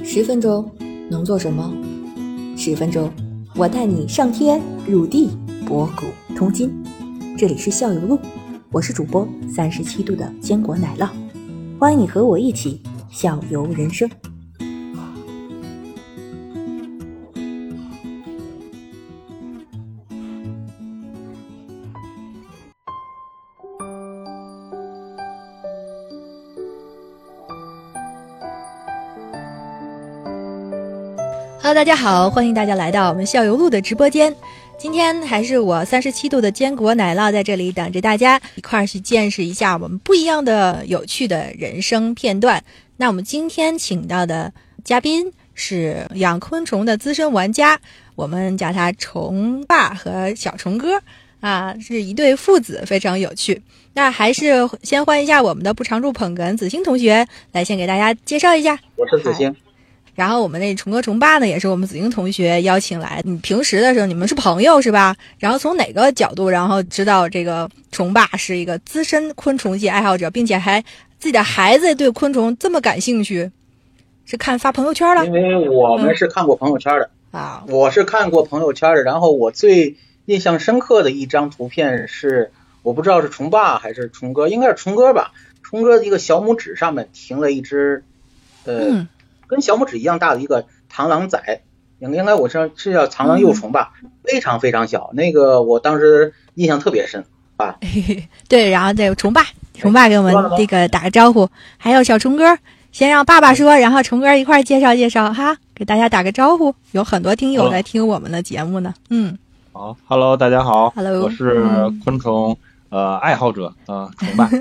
10分钟能做什么？10分钟，我带你上天入地，博古通今。这里是校友录，我是主播37度的坚果奶酪，欢迎你和我一起校游人生。Hello， 大家好，欢迎大家来到我们校游录的直播间。今天还是我37度的坚果奶酪在这里等着大家一块儿去见识一下我们不一样的有趣的人生片段。那我们今天请到的嘉宾是养昆虫的资深玩家，我们叫他虫爸和小虫哥啊，是一对父子，非常有趣。那还是先欢迎一下我们的不常驻捧哏子星同学，来先给大家介绍一下。 我是子星。 然后我们那虫哥虫爸呢，也是我们子英同学邀请来。你平时的时候你们是朋友是吧？然后从哪个角度，然后知道这个虫爸是一个资深昆虫界爱好者，并且还自己的孩子对昆虫这么感兴趣？是看发朋友圈了？ 因为我们是看过朋友圈的啊，我是看过朋友圈的。然后我最印象深刻的一张图片是，我不知道是虫爸还是虫哥，应该是虫哥吧。虫哥的一个小拇指上面停了一只跟小拇指一样大的一个螳螂仔，应该我是叫螳螂幼虫吧，非常非常小，那个我当时印象特别深啊。 对，然后这个虫爸给我们这个打个招呼，还有小虫哥，先让爸爸说，然后虫哥一块介绍介绍哈，给大家打个招呼。有很多听友来听我们的节目呢。 好 ，Hello， 大家好 ，Hello， 我是昆虫爱好者虫爸。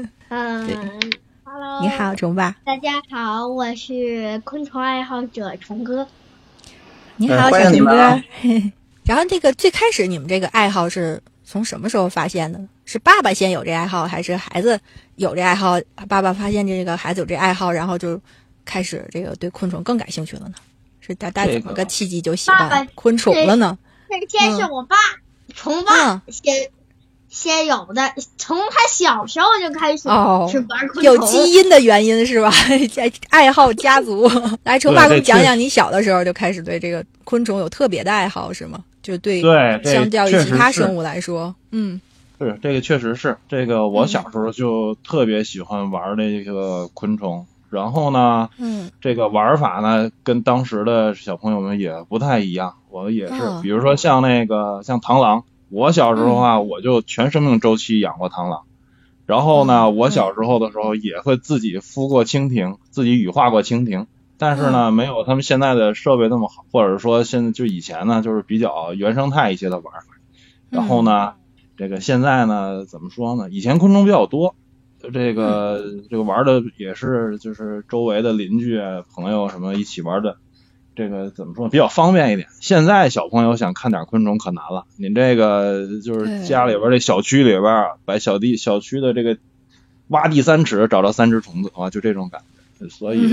Hello， 你好，虫爸。 大家好，我是昆虫爱好者虫哥。 你好，小虫哥。然后这个最开始你们这个爱好是从什么时候发现的？是爸爸先有这爱好，还是孩子有这爱好？爸爸发现这个孩子有这爱好，然后就开始这个对昆虫更感兴趣了呢？是大家怎么个契机就喜欢昆虫了呢？ 先是我爸，虫爸先有的，从他小时候就开始是玩昆虫， 有基因的原因是吧？爱好家族。来，虫爸给我们讲讲你小的时候就开始对这个昆虫有特别的爱好是吗？就对，相较于其他生物来说， 是这个确实是这个。我小时候就特别喜欢玩这个昆虫，然后呢，这个玩法呢跟当时的小朋友们也不太一样。我也是，比如说像螳螂。我小时候啊，我就全生命周期养过螳螂，然后呢，我小时候的时候也会自己孵过蜻蜓，自己羽化过蜻蜓，但是呢，没有他们现在的设备那么好，或者说现在就以前呢，就是比较原生态一些的玩法。然后呢，这个现在呢，怎么说呢？以前昆虫比较多，这个玩的也是就是周围的邻居朋友什么一起玩的。这个怎么说比较方便一点？现在小朋友想看点昆虫可难了，你这个就是家里边这小区里边把小区的这个挖地3尺找到3只虫子啊，就这种感觉。所以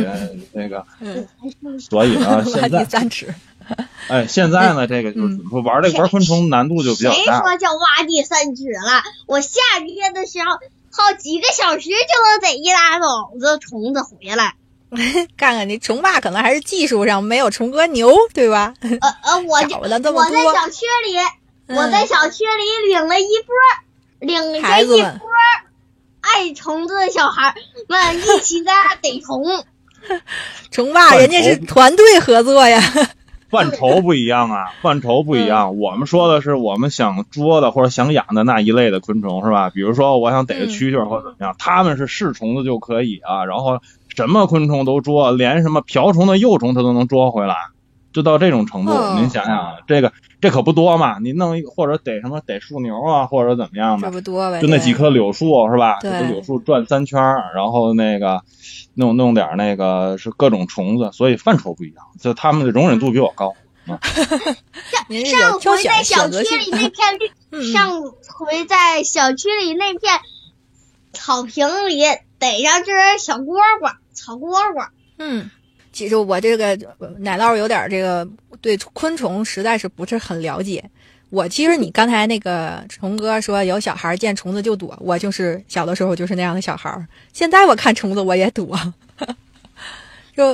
所以呢，现在挖地3尺， 现在呢，这个就是怎么说玩昆虫难度就比较大。 谁说叫挖地3尺了？我夏天的时候好几个小时就能逮一大笼子虫子回来。 看看你虫爸可能还是技术上没有虫哥牛，对吧？ 我在小区里领着一波爱虫子的小孩们一起在那逮虫。 虫爸人家是团队合作呀。 范畴不一样啊，我们说的是我们想捉的或者想养的那一类的昆虫是吧？比如说我想逮个蛐蛐或者怎么样，他们是虫子就可以啊，然后什么昆虫都捉，连什么瓢虫的幼虫它都能捉回来，就到这种程度。您想想，这可不多嘛？你弄一个或者逮树牛啊，或者怎么样的， 这不多呗？ 就那几棵柳树是吧？ 对， 柳树转3圈，然后那个弄点那个是各种虫子，所以范畴不一样，就他们的容忍度比我高。 上回在小区里那片上回在小区里那片草坪里逮上只小草蝈蝈。 其实我这个奶酪有点这个对昆虫实在是不是很了解。其实你刚才那个虫哥说有小孩见虫子就躲，我就是小的时候就是那样的小孩，现在我看虫子我也躲。就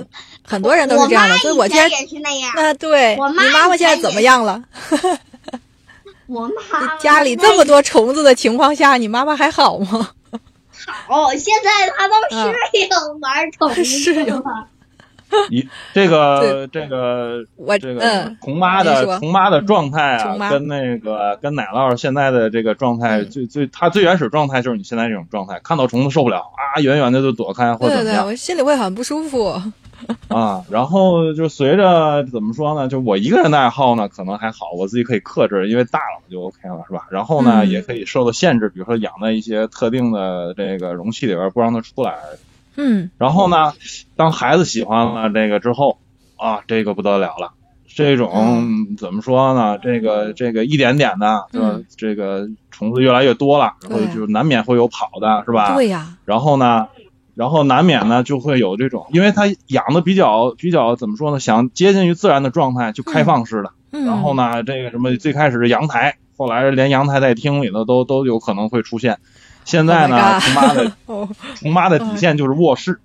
很多人都是这样的，所以我现在也是那样。 对，你妈妈现在怎么样了？ 我妈家里这么多虫子的情况下，你妈妈还好吗？ 好，现在她都适应玩虫子了。 这个虫妈的状态啊，跟奶酪现在的这个状态，它最原始状态就是你现在这种状态，看到虫子受不了啊，远远的就躲开或者怎么样， 我心里会很不舒服啊。然后就随着怎么说呢，就我一个人的爱好呢，可能还好，我自己可以克制，因为大了就 OK 了，是吧？然后呢，也可以受到限制，比如说养在一些特定的这个容器里边，不让它出来。然后呢，当孩子喜欢了这个之后啊，这个不得了了。这种怎么说呢？这个一点点的，这个虫子越来越多了，然后就难免会有跑的，是吧？ 对呀。 然后难免呢就会有这种，因为它养的比较怎么说呢？想接近于自然的状态，就开放式的。然后呢，这个什么最开始是阳台，后来连阳台在厅里头都有可能会出现。现在呢，虫妈的底线就是卧室，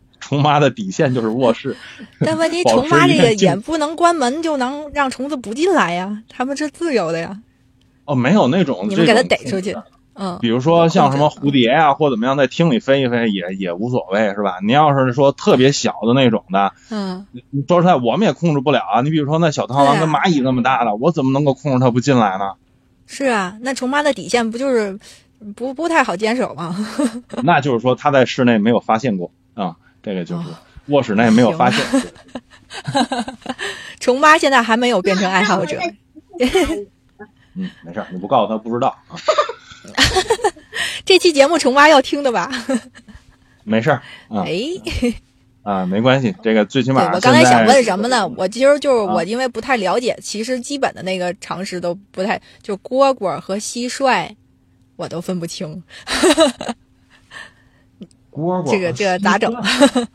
但问题，虫妈这个也不能关门就能让虫子不进来呀，它们是自由的呀。 没有那种你们给它逮出去。 比如说像什么蝴蝶啊，或怎么样，在厅里飞一飞也无所谓，是吧？你要是说特别小的那种的，说实在我们也控制不了啊。你比如说那小螳螂跟蚂蚁那么大的，我怎么能够控制它不进来呢？ 是啊，那虫妈的底线不就是不太好坚守吗？ 那就是说他在室内没有发现过啊，这个就是卧室内没有发现。 虫妈现在还没有变成爱好者。 没事，你不告诉他不知道啊。 这期节目虫妈要听的吧？ 没事没关系，这个最起码我刚才想问什么呢？我其实就是我因为不太了解，其实基本的那个常识都不太，就蝈蝈和蟋蟀我都分不清。 蝈蝈这个咋整？ 蝈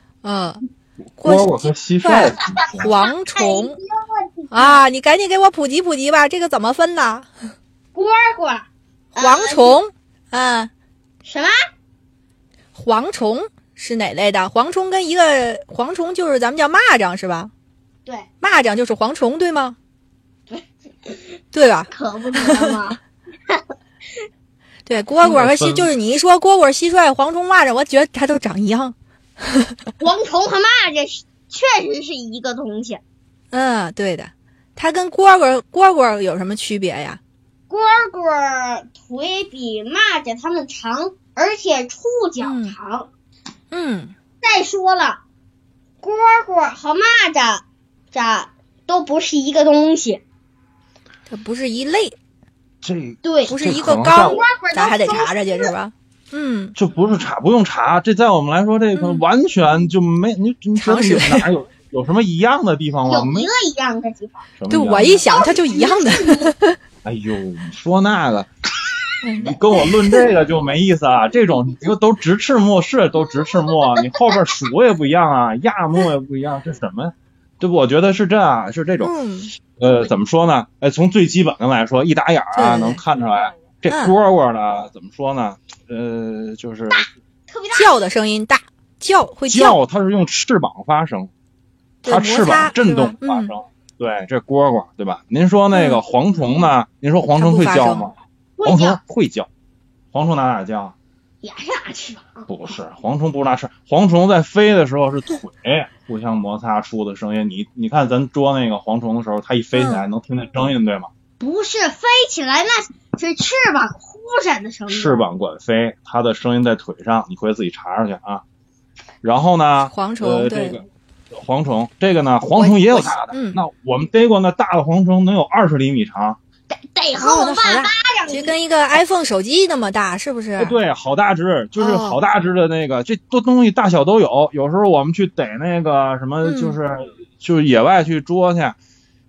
蝈和蟋蟀， 蝗虫啊！你赶紧给我普及普及吧，这个怎么分呢？ 蝈蝈。 蝗虫， 什么？ 蝗虫是哪类的？蝗虫跟蝗虫就是咱们叫蚂蚱是吧？ 对， 蚂蚱就是蝗虫对吗？对吧？ 可不得吗？ 对，蝈蝈和蟋就是你一说蝈蝈、蟋蟀、蝗虫、蚂蚱，我觉得它都长一样。 蝗虫和蚂蚱确实是一个东西。 对的，它跟蝈蝈有什么区别呀？ 蝈蝈腿比蚂蚱它们长，而且触角长。再说了，蝈蝈和蚂蚱都不是一个东西， 它不是一类。 对， 不是一个纲，咱还得查查去是吧？ 这不是查，不用查，这在我们来说，这个完全就没你常识哪有什么一样的地方吗？ 有一个一样的地方。 对，我一想它就一样的。 哎呦，你说那个，你跟我论这个就没意思啊！这种都直翅目是都直翅目，你后边属也不一样啊，亚目也不一样，这什么呀？对不？我觉得是是这种，怎么说呢？从最基本的来说，一打眼能看出来，这蝈蝈呢，怎么说呢？就是叫的声音大，会叫，它是用翅膀发声，它翅膀震动发声。对，这蝈蝈对吧？您说那个蝗虫呢？您说蝗虫会叫吗？蝗虫会叫，蝗虫哪叫？ 也是拿翅膀。 不是，蝗虫不是拿翅，蝗虫在飞的时候是腿互相摩擦出的声音。你看咱捉那个蝗虫的时候，它一飞起来能听见声音，对吗？ 不是，飞起来那是翅膀忽闪的声音。 翅膀管飞，它的声音在腿上，你回去自己查查去啊。然后呢， 蝗虫这个蝗虫，这个呢，蝗虫也有大的。那我们逮过那大的蝗虫能有20厘米长， 得和我爸巴掌， 就跟一个 iPhone 手机那么大，是不是？ 对，好大只，就是好大只的那个，这多东西大小都有。有时候我们去逮那个什么，就是野外去捉去，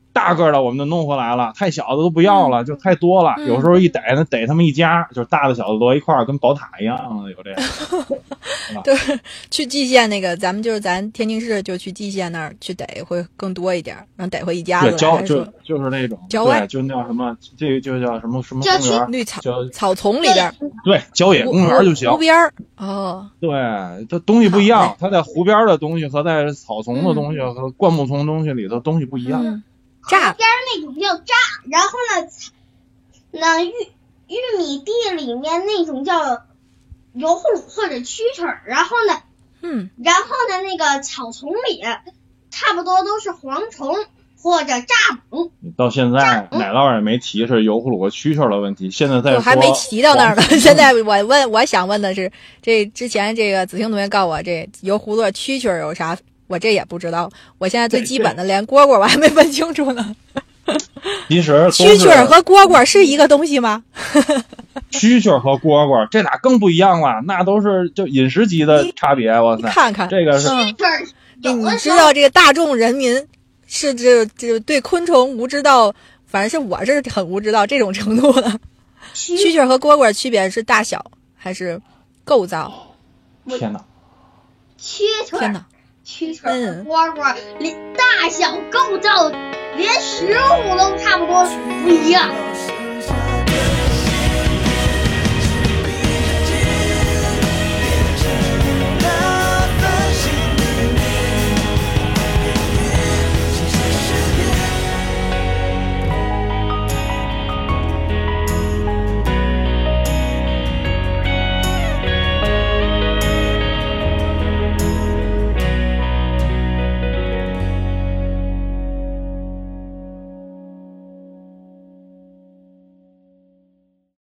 大个的我们就弄回来了，太小的都不要了，就太多了。有时候一逮他们一家，就是大的小的摞一块儿，跟宝塔一样的，有这样。 对，去蓟县那个，咱天津市就去蓟县那儿去逮会更多一点，能逮回一家子。 对，就是那种郊外，就叫什么，这个就叫什么公园， 绿草丛里边。 对，郊野公园就行。 湖边哦。 对，它东西不一样，它在湖边的东西和在草丛的东西和灌木丛东西里头东西不一样。 炸边那种叫炸，然后呢，那玉米地里面那种叫油葫芦或者蛐蛐儿，然后呢，那个草丛里差不多都是蝗虫或者蚱蜢。 到现在奶酪也没提是油葫芦和蛐蛐儿的问题，现在我还没提到那儿呢。现在我想问的是，这之前这个子清同学告诉我，这油葫芦蛐蛐儿有啥？我这也不知道，我现在最基本的连蝈蝈我还没问清楚呢。 其实蛐蛐儿和蝈蝈是一个东西吗？ 蛐蛐儿和蝈蝈这俩更不一样了，那都是就饮食级的差别。我操， 看看这个是。 你知道这个大众人民是这对昆虫无知到，反正是我是很无知到这种程度的。蛐蛐儿和蝈蝈区别是大小还是构造？ 天哪！ 蛐蛐儿。蛐蛐儿、蝈蝈连大小构造连食物都差不多不一样。